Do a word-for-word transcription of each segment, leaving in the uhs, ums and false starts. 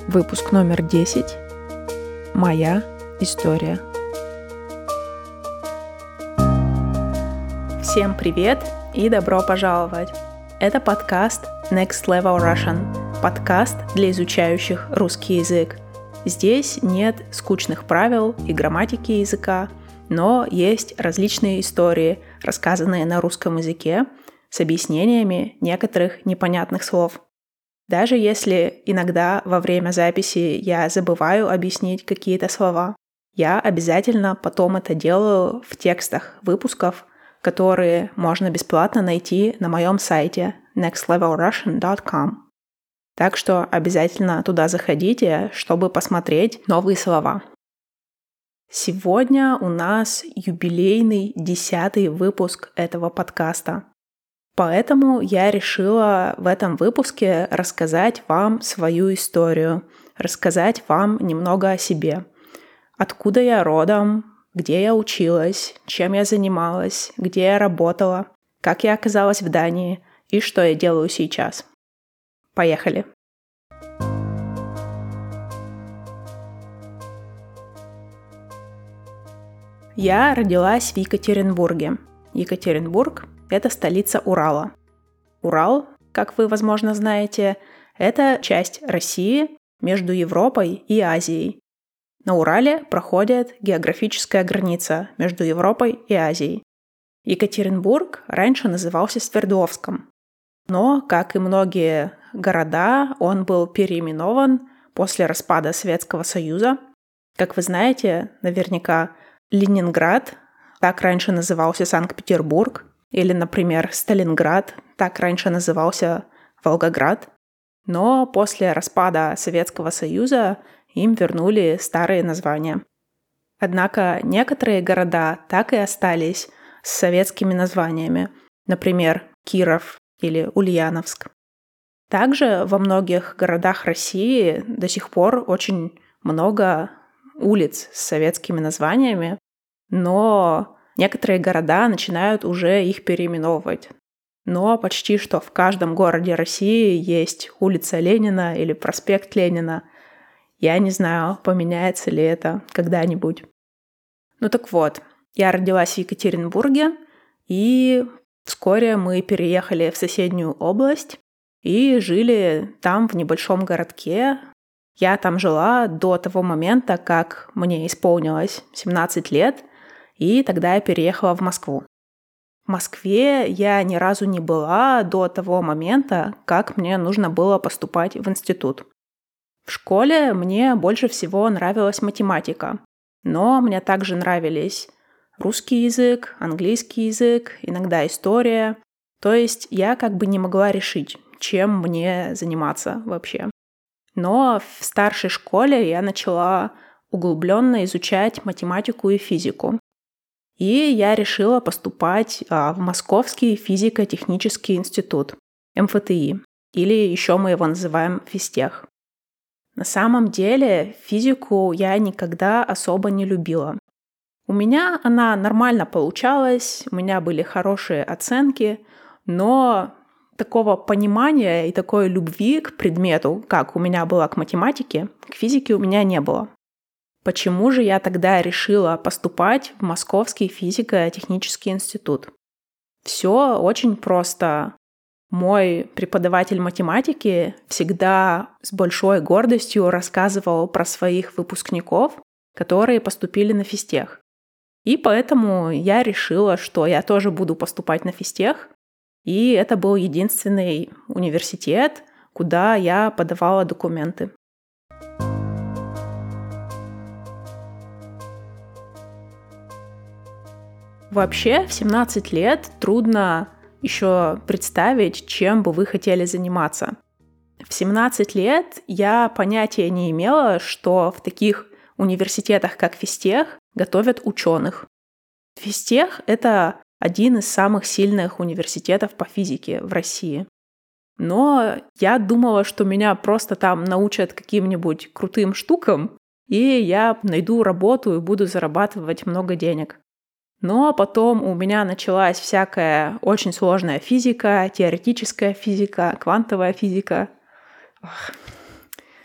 Выпуск номер десять. Моя история. Всем привет и добро пожаловать! Это подкаст Next Level Russian, подкаст для изучающих русский язык. Здесь нет скучных правил и грамматики языка, но есть различные истории, рассказанные на русском языке, с объяснениями некоторых непонятных слов. Даже если иногда во время записи я забываю объяснить какие-то слова, я обязательно потом это делаю в текстах выпусков, которые можно бесплатно найти на моем сайте next level russian dot com. Так что обязательно туда заходите, чтобы посмотреть новые слова. Сегодня у нас юбилейный десятый выпуск этого подкаста. Поэтому я решила в этом выпуске рассказать вам свою историю, рассказать вам немного о себе. Откуда я родом, где я училась, чем я занималась, где я работала, как я оказалась в Дании и что я делаю сейчас. Поехали! Я родилась в Екатеринбурге. Екатеринбург — это столица Урала. Урал, как вы, возможно, знаете, это часть России между Европой и Азией. На Урале проходит географическая граница между Европой и Азией. Екатеринбург раньше назывался Свердловском, но, как и многие города, он был переименован после распада Советского Союза. Как вы знаете, наверняка Ленинград, так раньше назывался Санкт-Петербург, или, например, Сталинград, так раньше назывался Волгоград. Но после распада Советского Союза им вернули старые названия. Однако некоторые города так и остались с советскими названиями, например, Киров или Ульяновск. Также во многих городах России до сих пор очень много улиц с советскими названиями, но некоторые города начинают уже их переименовывать. Но почти что в каждом городе России есть улица Ленина или проспект Ленина. Я не знаю, поменяется ли это когда-нибудь. Ну так вот, я родилась в Екатеринбурге, и вскоре мы переехали в соседнюю область и жили там в небольшом городке. Я там жила до того момента, как мне исполнилось семнадцать лет, и тогда я переехала в Москву. В Москве я ни разу не была до того момента, как мне нужно было поступать в институт. В школе мне больше всего нравилась математика, но мне также нравились русский язык, английский язык, иногда история. То есть я как бы не могла решить, чем мне заниматься вообще. Но в старшей школе я начала углубленно изучать математику и физику. И я решила поступать в Московский физико-технический институт, эм эф тэ и, или еще мы его называем физтех. На самом деле физику я никогда особо не любила. У меня она нормально получалась, у меня были хорошие оценки, но такого понимания и такой любви к предмету, как у меня была к математике, к физике у меня не было. Почему же я тогда решила поступать в Московский физико-технический институт? Все очень просто. Мой преподаватель математики всегда с большой гордостью рассказывал про своих выпускников, которые поступили на физтех. И поэтому я решила, что я тоже буду поступать на физтех. И это был единственный университет, куда я подавала документы. Вообще, в семнадцать лет трудно еще представить, чем бы вы хотели заниматься. В семнадцать лет я понятия не имела, что в таких университетах, как физтех, готовят ученых. Физтех — это один из самых сильных университетов по физике в России. Но я думала, что меня просто там научат каким-нибудь крутым штукам, и я найду работу и буду зарабатывать много денег. Но потом у меня началась всякая очень сложная физика, теоретическая физика, квантовая физика. Ох.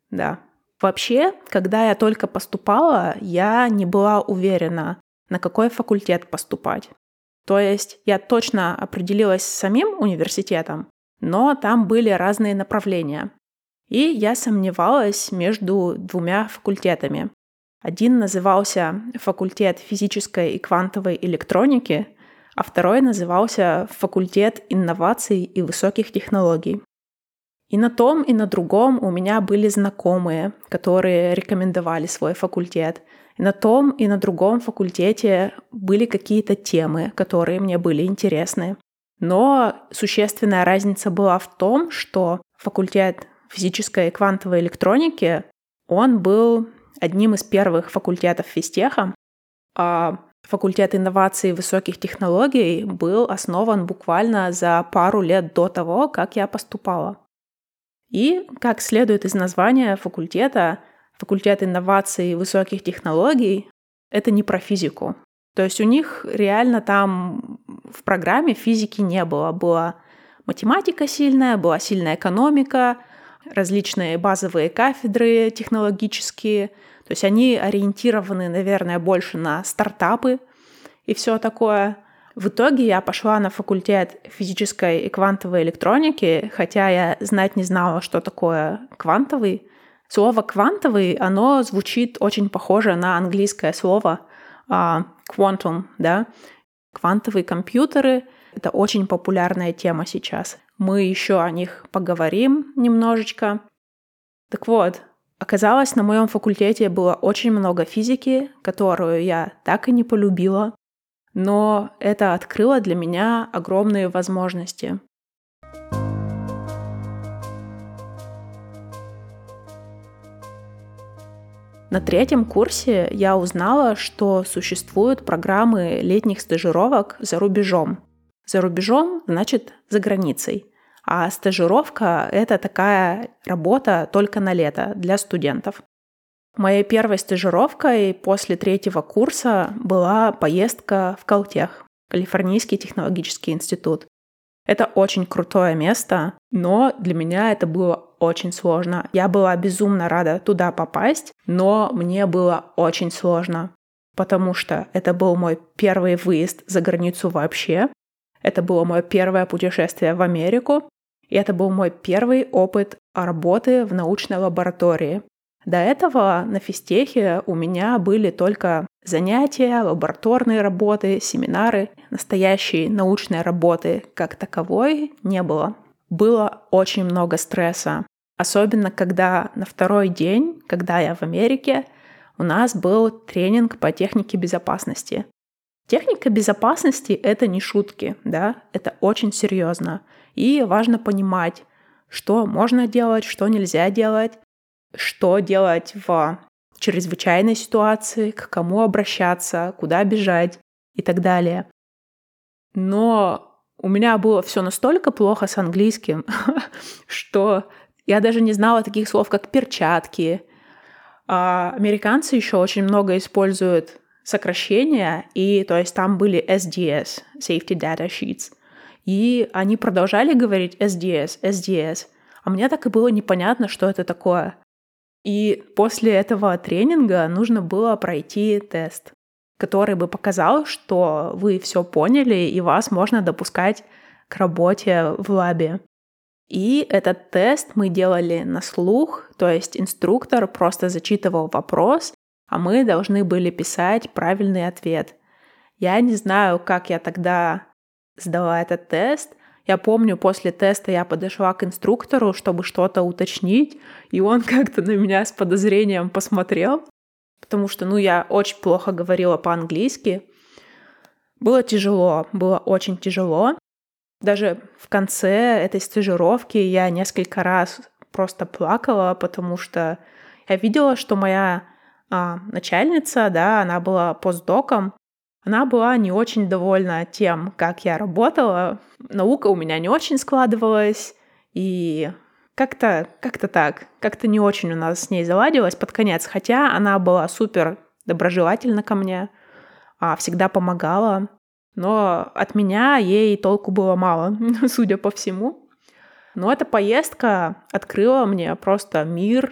Да. Вообще, когда я только поступала, я не была уверена, на какой факультет поступать. То есть я точно определилась с самим университетом, но там были разные направления. И я сомневалась между двумя факультетами. Один назывался факультет физической и квантовой электроники, а второй назывался факультет инноваций и высоких технологий. И на том, и на другом у меня были знакомые, которые рекомендовали свой факультет. И на том, и на другом факультете были какие-то темы, которые мне были интересны. Но существенная разница была в том, что факультет физической и квантовой электроники, он был одним из первых факультетов физтеха, а факультет инноваций и высоких технологий был основан буквально за пару лет до того, как я поступала. И, как следует из названия факультета, факультет инноваций и высоких технологий — это не про физику. То есть у них реально там в программе физики не было. Была математика сильная, была сильная экономика, различные базовые кафедры технологические. То есть они ориентированы, наверное, больше на стартапы и все такое. В итоге я пошла на факультет физической и квантовой электроники, хотя я знать не знала, что такое квантовый. Слово «квантовый», оно звучит очень похоже на английское слово uh, quantum, да. Квантовые компьютеры — это очень популярная тема сейчас. Мы еще о них поговорим немножечко. Так вот, оказалось, на моем факультете было очень много физики, которую я так и не полюбила, но это открыло для меня огромные возможности. На третьем курсе я узнала, что существуют программы летних стажировок за рубежом. За рубежом значит за границей. А стажировка — это такая работа только на лето для студентов. Моей первой стажировкой после третьего курса была поездка в Калтех, Калифорнийский технологический институт. Это очень крутое место, но для меня это было очень сложно. Я была безумно рада туда попасть, но мне было очень сложно, потому что это был мой первый выезд за границу вообще. Это было мое первое путешествие в Америку, и это был мой первый опыт работы в научной лаборатории. До этого на физтехе у меня были только занятия, лабораторные работы, семинары. Настоящей научной работы как таковой не было. Было очень много стресса. Особенно, когда на второй день, когда я в Америке, у нас был тренинг по технике безопасности. Техника безопасности — это не шутки, да, это очень серьезно. И важно понимать, что можно делать, что нельзя делать, что делать в чрезвычайной ситуации, к кому обращаться, куда бежать и так далее. Но у меня было все настолько плохо с английским, что я даже не знала таких слов, как перчатки. А американцы еще очень много используют сокращения, и то есть там были эс ди эс, Safety Data Sheets, и они продолжали говорить эс ди эс, эс ди эс, а мне так и было непонятно, что это такое. И после этого тренинга нужно было пройти тест, который бы показал, что вы все поняли и вас можно допускать к работе в лабе. И этот тест мы делали на слух, то есть инструктор просто зачитывал вопрос, а мы должны были писать правильный ответ. Я не знаю, как я тогда сдала этот тест. Я помню, после теста я подошла к инструктору, чтобы что-то уточнить, и он как-то на меня с подозрением посмотрел, потому что, ну, я очень плохо говорила по-английски. Было тяжело, было очень тяжело. Даже в конце этой стажировки я несколько раз просто плакала, потому что я видела, что моя а, начальница, да, она была постдоком, она была не очень довольна тем, как я работала. Наука у меня не очень складывалась, и как-то, как-то так, как-то не очень у нас с ней заладилось под конец, хотя она была супер доброжелательна ко мне, всегда помогала, но от меня ей толку было мало, судя по всему. Но эта поездка открыла мне просто мир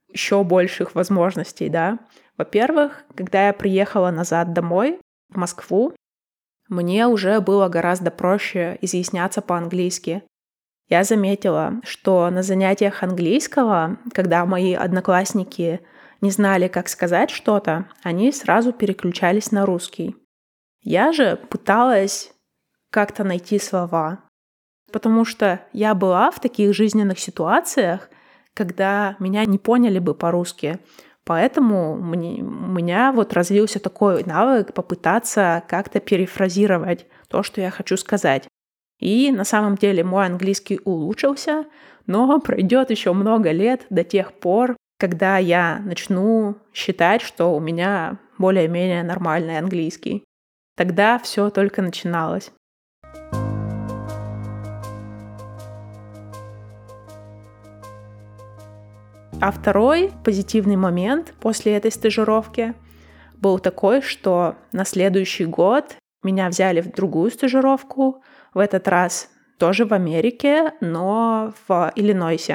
еще больших возможностей, да. Во-первых, когда я приехала назад домой, в Москву, мне уже было гораздо проще изъясняться по-английски. Я заметила, что на занятиях английского, когда мои одноклассники не знали, как сказать что-то, они сразу переключались на русский. Я же пыталась как-то найти слова, потому что я была в таких жизненных ситуациях, когда меня не поняли бы по-русски. Поэтому мне, у меня вот развился такой навык попытаться как-то перефразировать то, что я хочу сказать. И на самом деле мой английский улучшился, но пройдет еще много лет до тех пор, когда я начну считать, что у меня более-менее нормальный английский. Тогда все только начиналось. А второй позитивный момент после этой стажировки был такой, что на следующий год меня взяли в другую стажировку, в этот раз тоже в Америке, но в Иллинойсе,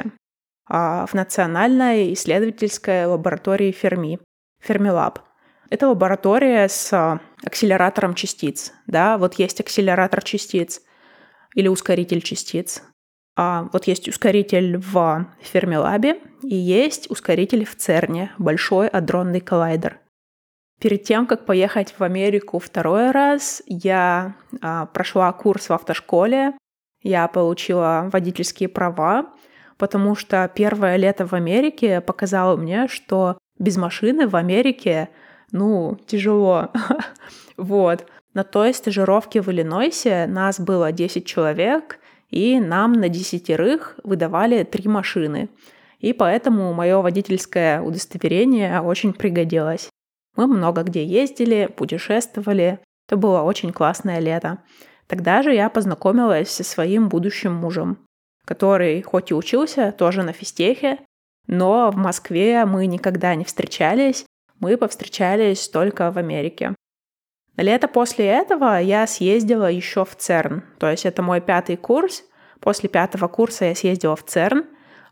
в Национальной исследовательской лаборатории Ферми, Fermilab. Это лаборатория с акселератором частиц. Да? Вот есть акселератор частиц или ускоритель частиц. А вот есть ускоритель в Фермилабе и есть ускоритель в ЦЕРНе, Большой адронный коллайдер. Перед тем, как поехать в Америку второй раз, я а, прошла курс в автошколе, я получила водительские права, потому что первое лето в Америке показало мне, что без машины в Америке, ну, тяжело. Вот. На той стажировке в Иллинойсе нас было десять человек, и нам на десятерых выдавали три машины. И поэтому мое водительское удостоверение очень пригодилось. Мы много где ездили, путешествовали. Это было очень классное лето. Тогда же я познакомилась со своим будущим мужем, который хоть и учился тоже на физтехе, но в Москве мы никогда не встречались, мы повстречались только в Америке. На лето после этого я съездила еще в ЦЕРН, то есть это мой пятый курс. После пятого курса я съездила в ЦЕРН,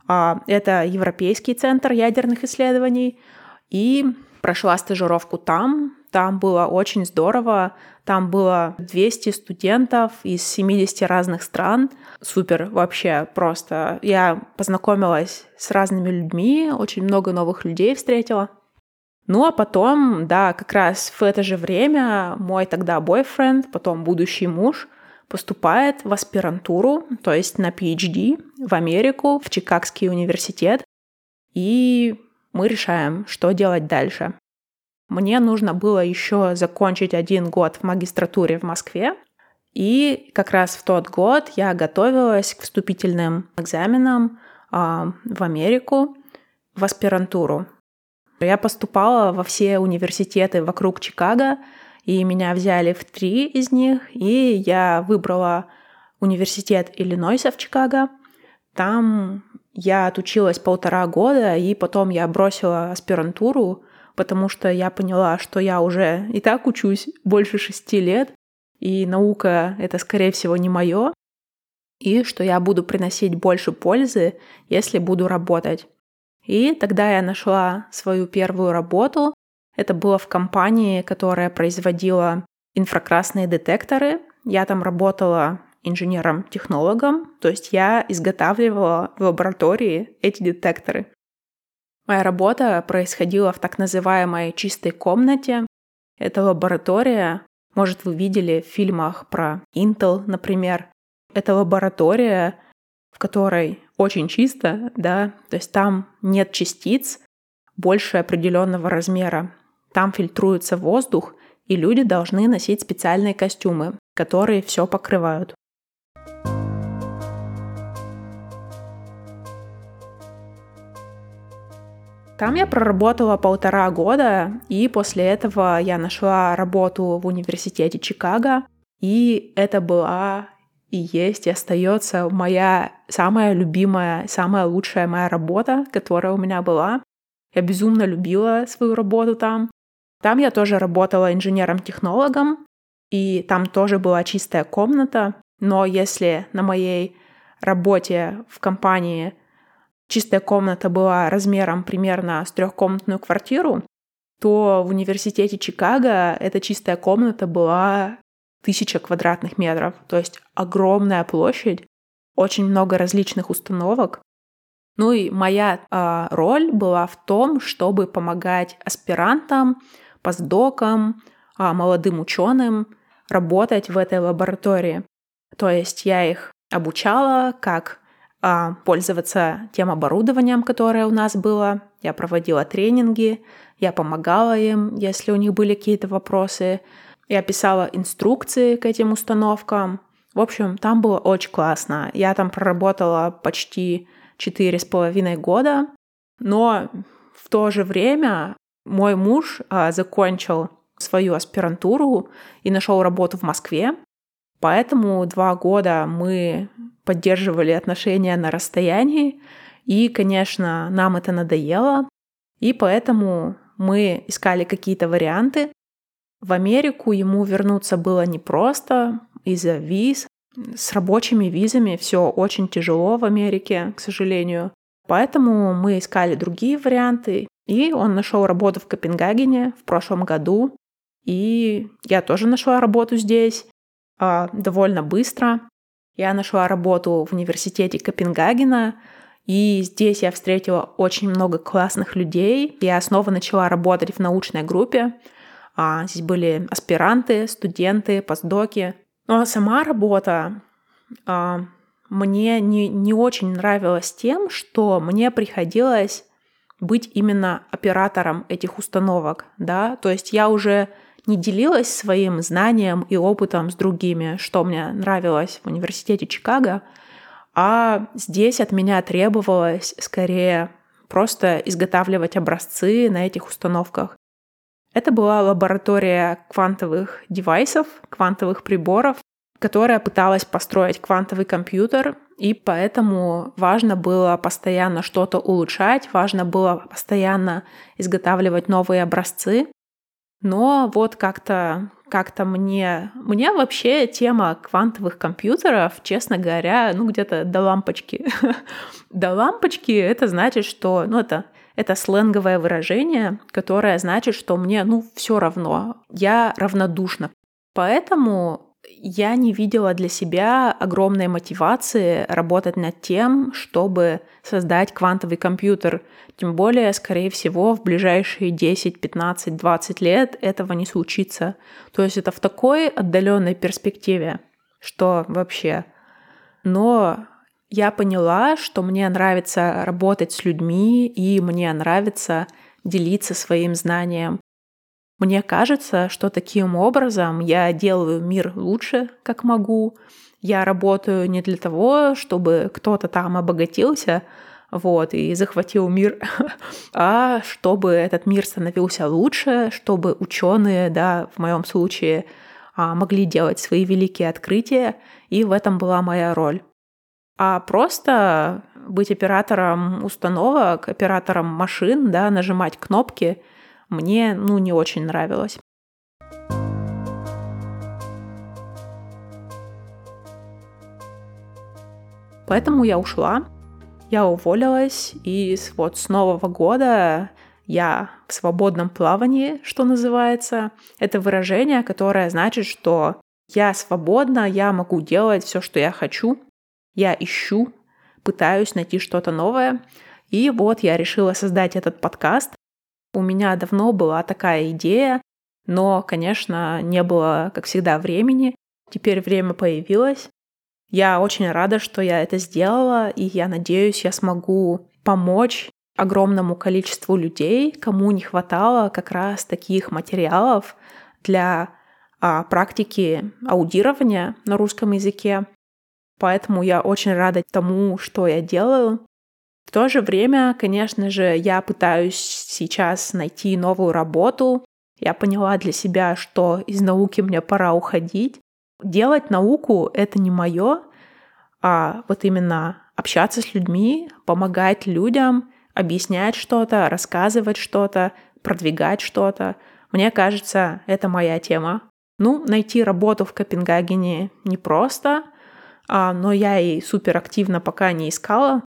это Европейский центр ядерных исследований, и прошла стажировку там. Там было очень здорово. Там было двести студентов из семидесяти разных стран. Супер вообще просто. Я познакомилась с разными людьми, очень много новых людей встретила. Ну а потом, да, как раз в это же время мой тогда бойфренд, потом будущий муж, поступает в аспирантуру, то есть на пи эйч ди в Америку, в Чикагский университет. И мы решаем, что делать дальше. Мне нужно было еще закончить один год в магистратуре в Москве. И как раз в тот год я готовилась к вступительным экзаменам э, в Америку, в аспирантуру. Я поступала во все университеты вокруг Чикаго, и меня взяли в три из них, и я выбрала университет Иллинойса в Чикаго. Там я отучилась полтора года, и потом я бросила аспирантуру, потому что я поняла, что я уже и так учусь больше шести лет, и наука — это, скорее всего, не мое, и что я буду приносить больше пользы, если буду работать. И тогда я нашла свою первую работу. Это было в компании, которая производила инфракрасные детекторы. Я там работала инженером-технологом, то есть я изготавливала в лаборатории эти детекторы. Моя работа происходила в так называемой чистой комнате. Это лаборатория, может, вы видели в фильмах про Intel, например. Это лаборатория, в которой очень чисто, да, то есть там нет частиц больше определенного размера. Там фильтруется воздух, и люди должны носить специальные костюмы, которые все покрывают. Там я проработала полтора года, и после этого я нашла работу в университете Чикаго, и это была и есть, и остается моя самая любимая, самая лучшая моя работа, которая у меня была. Я безумно любила свою работу там. Там я тоже работала инженером-технологом, и там тоже была чистая комната, но если на моей работе в компании чистая комната была размером примерно с трехкомнатную квартиру, то в университете Чикаго эта чистая комната была тысяча квадратных метров, то есть огромная площадь, очень много различных установок. Ну и моя э, роль была в том, чтобы помогать аспирантам, постдокам, э, молодым ученым работать в этой лаборатории. То есть я их обучала, как э, пользоваться тем оборудованием, которое у нас было. Я проводила тренинги, я помогала им, если у них были какие-то вопросы. Я писала инструкции к этим установкам. В общем, там было очень классно. Я там проработала почти четыре с половиной года, но в то же время мой муж а, закончил свою аспирантуру и нашел работу в Москве, поэтому два года мы поддерживали отношения на расстоянии, и, конечно, нам это надоело, и поэтому мы искали какие-то варианты. В Америку ему вернуться было непросто из-за виз. С рабочими визами все очень тяжело в Америке, к сожалению. Поэтому мы искали другие варианты, и он нашел работу в Копенгагене в прошлом году. И я тоже нашла работу здесь э, довольно быстро. Я нашла работу в университете Копенгагена, и здесь я встретила очень много классных людей. Я снова начала работать в научной группе. А, здесь были аспиранты, студенты, постдоки. Но сама работа а, мне не, не очень нравилась тем, что мне приходилось быть именно оператором этих установок, да, то есть я уже не делилась своим знанием и опытом с другими, что мне нравилось в университете Чикаго, а здесь от меня требовалось скорее просто изготавливать образцы на этих установках. Это была лаборатория квантовых девайсов, квантовых приборов, которая пыталась построить квантовый компьютер, и поэтому важно было постоянно что-то улучшать, важно было постоянно изготавливать новые образцы. Но вот как-то, как-то мне, мне вообще тема квантовых компьютеров, честно говоря, ну где-то до лампочки. До лампочки это значит, что, ну это... Это сленговое выражение, которое значит, что мне, ну, все равно, я равнодушна. Поэтому я не видела для себя огромной мотивации работать над тем, чтобы создать квантовый компьютер. Тем более, скорее всего, в ближайшие десять, пятнадцать, двадцать лет этого не случится. То есть это в такой отдаленной перспективе, что вообще. Но я поняла, что мне нравится работать с людьми, и мне нравится делиться своим знанием. Мне кажется, что таким образом я делаю мир лучше, как могу. Я работаю не для того, чтобы кто-то там обогатился, вот, и захватил мир, а чтобы этот мир становился лучше, чтобы ученые, да, в моем случае, могли делать свои великие открытия, и в этом была моя роль. А просто быть оператором установок, оператором машин, да, нажимать кнопки, мне, ну, не очень нравилось. Поэтому я ушла, я уволилась, и вот с Нового года я в свободном плавании, что называется. Это выражение, которое значит, что я свободна, я могу делать все, что я хочу. Я ищу, пытаюсь найти что-то новое. И вот я решила создать этот подкаст. У меня давно была такая идея, но, конечно, не было, как всегда, времени. Теперь время появилось. Я очень рада, что я это сделала, и я надеюсь, я смогу помочь огромному количеству людей, кому не хватало как раз таких материалов для а, практики аудирования на русском языке. Поэтому я очень рада тому, что я делаю. В то же время, конечно же, я пытаюсь сейчас найти новую работу. Я поняла для себя, что из науки мне пора уходить. Делать науку — это не мое, а вот именно общаться с людьми, помогать людям, объяснять что-то, рассказывать что-то, продвигать что-то. Мне кажется, это моя тема. Ну, найти работу в Копенгагене непросто, но я и суперактивно пока не искала.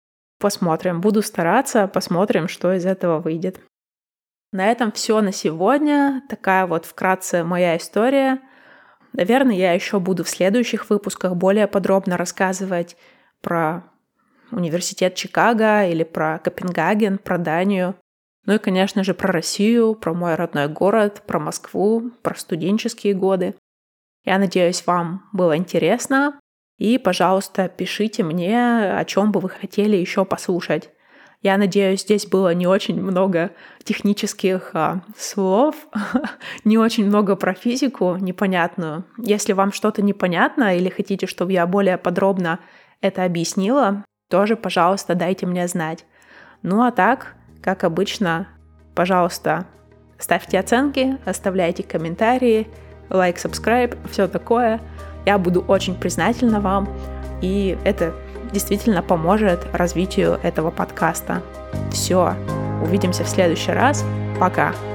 посмотрим. Буду стараться, посмотрим, что из этого выйдет. На этом все на сегодня. Такая вот вкратце моя история. Наверное, я еще буду в следующих выпусках более подробно рассказывать про университет Чикаго или про Копенгаген, про Данию. Ну и, конечно же, про Россию, про мой родной город, про Москву, про студенческие годы. Я надеюсь, вам было интересно. И, пожалуйста, пишите мне, о чем бы вы хотели еще послушать. Я надеюсь, здесь было не очень много технических а, слов, не очень много про физику непонятную. Если вам что-то непонятно или хотите, чтобы я более подробно это объяснила, тоже, пожалуйста, дайте мне знать. Ну а так, как обычно, пожалуйста, ставьте оценки, оставляйте комментарии, лайк, subscribe, все такое. Я буду очень признательна вам, и это действительно поможет развитию этого подкаста. Все, увидимся в следующий раз. Пока!